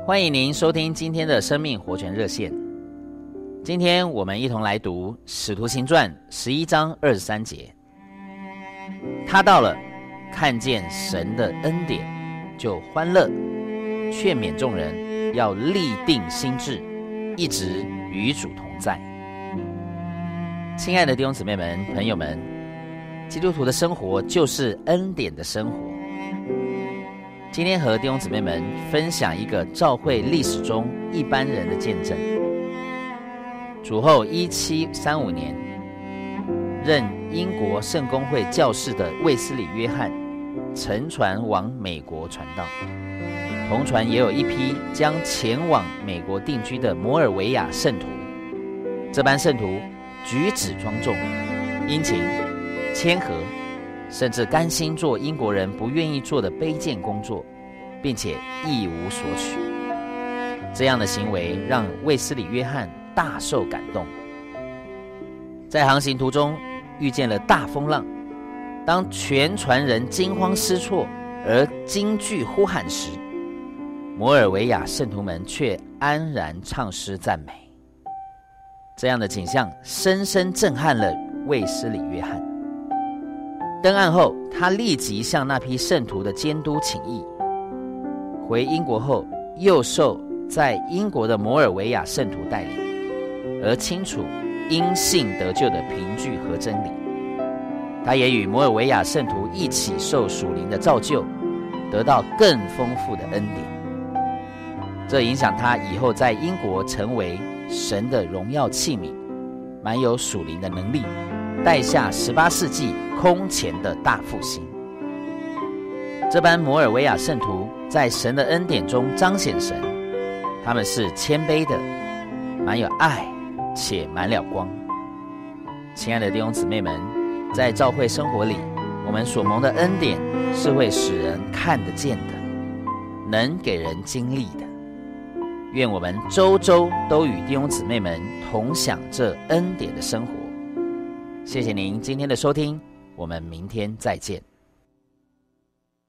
欢迎您收听今天的生命活泉热线。今天我们一同来读使徒行传11章23节。他到了，看见神的恩典，就欢乐，劝勉众人要立定心志，一直与主同在。亲爱的弟兄姊妹们、朋友们，基督徒的生活就是恩典的生活。今天和弟兄姊妹们分享一个教会历史中一般人的见证。主后1735年，任英国圣公会教士的卫斯理约翰乘船往美国传道，同船也有一批将前往美国定居的摩尔维亚圣徒。这班圣徒举止庄重、殷勤、谦和，甚至甘心做英国人不愿意做的卑贱工作，并且一无所取。这样的行为让卫斯理约翰大受感动。在航行途中遇见了大风浪，当全船人惊慌失措而惊惧呼喊时，摩尔维亚圣徒们却安然唱诗赞美。这样的景象深深震撼了卫斯理约翰。登岸后，他立即向那批圣徒的监督请益。回英国后，又受在英国的摩尔维亚圣徒带领，而清楚因信得救的凭据和真理。他也与摩尔维亚圣徒一起受属灵的造就，得到更丰富的恩典。这影响他以后在英国成为神的荣耀器皿，满有属灵的能力，带下18世纪空前的大复兴。这班摩尔维亚圣徒在神的恩典中彰显神，他们是谦卑的，满有爱，且满了光。亲爱的弟兄姊妹们，在教会生活里，我们所蒙的恩典是会使人看得见的，能给人经历的。愿我们周周都与弟兄姊妹们同享这恩典的生活。谢谢您今天的收听，我们明天再见。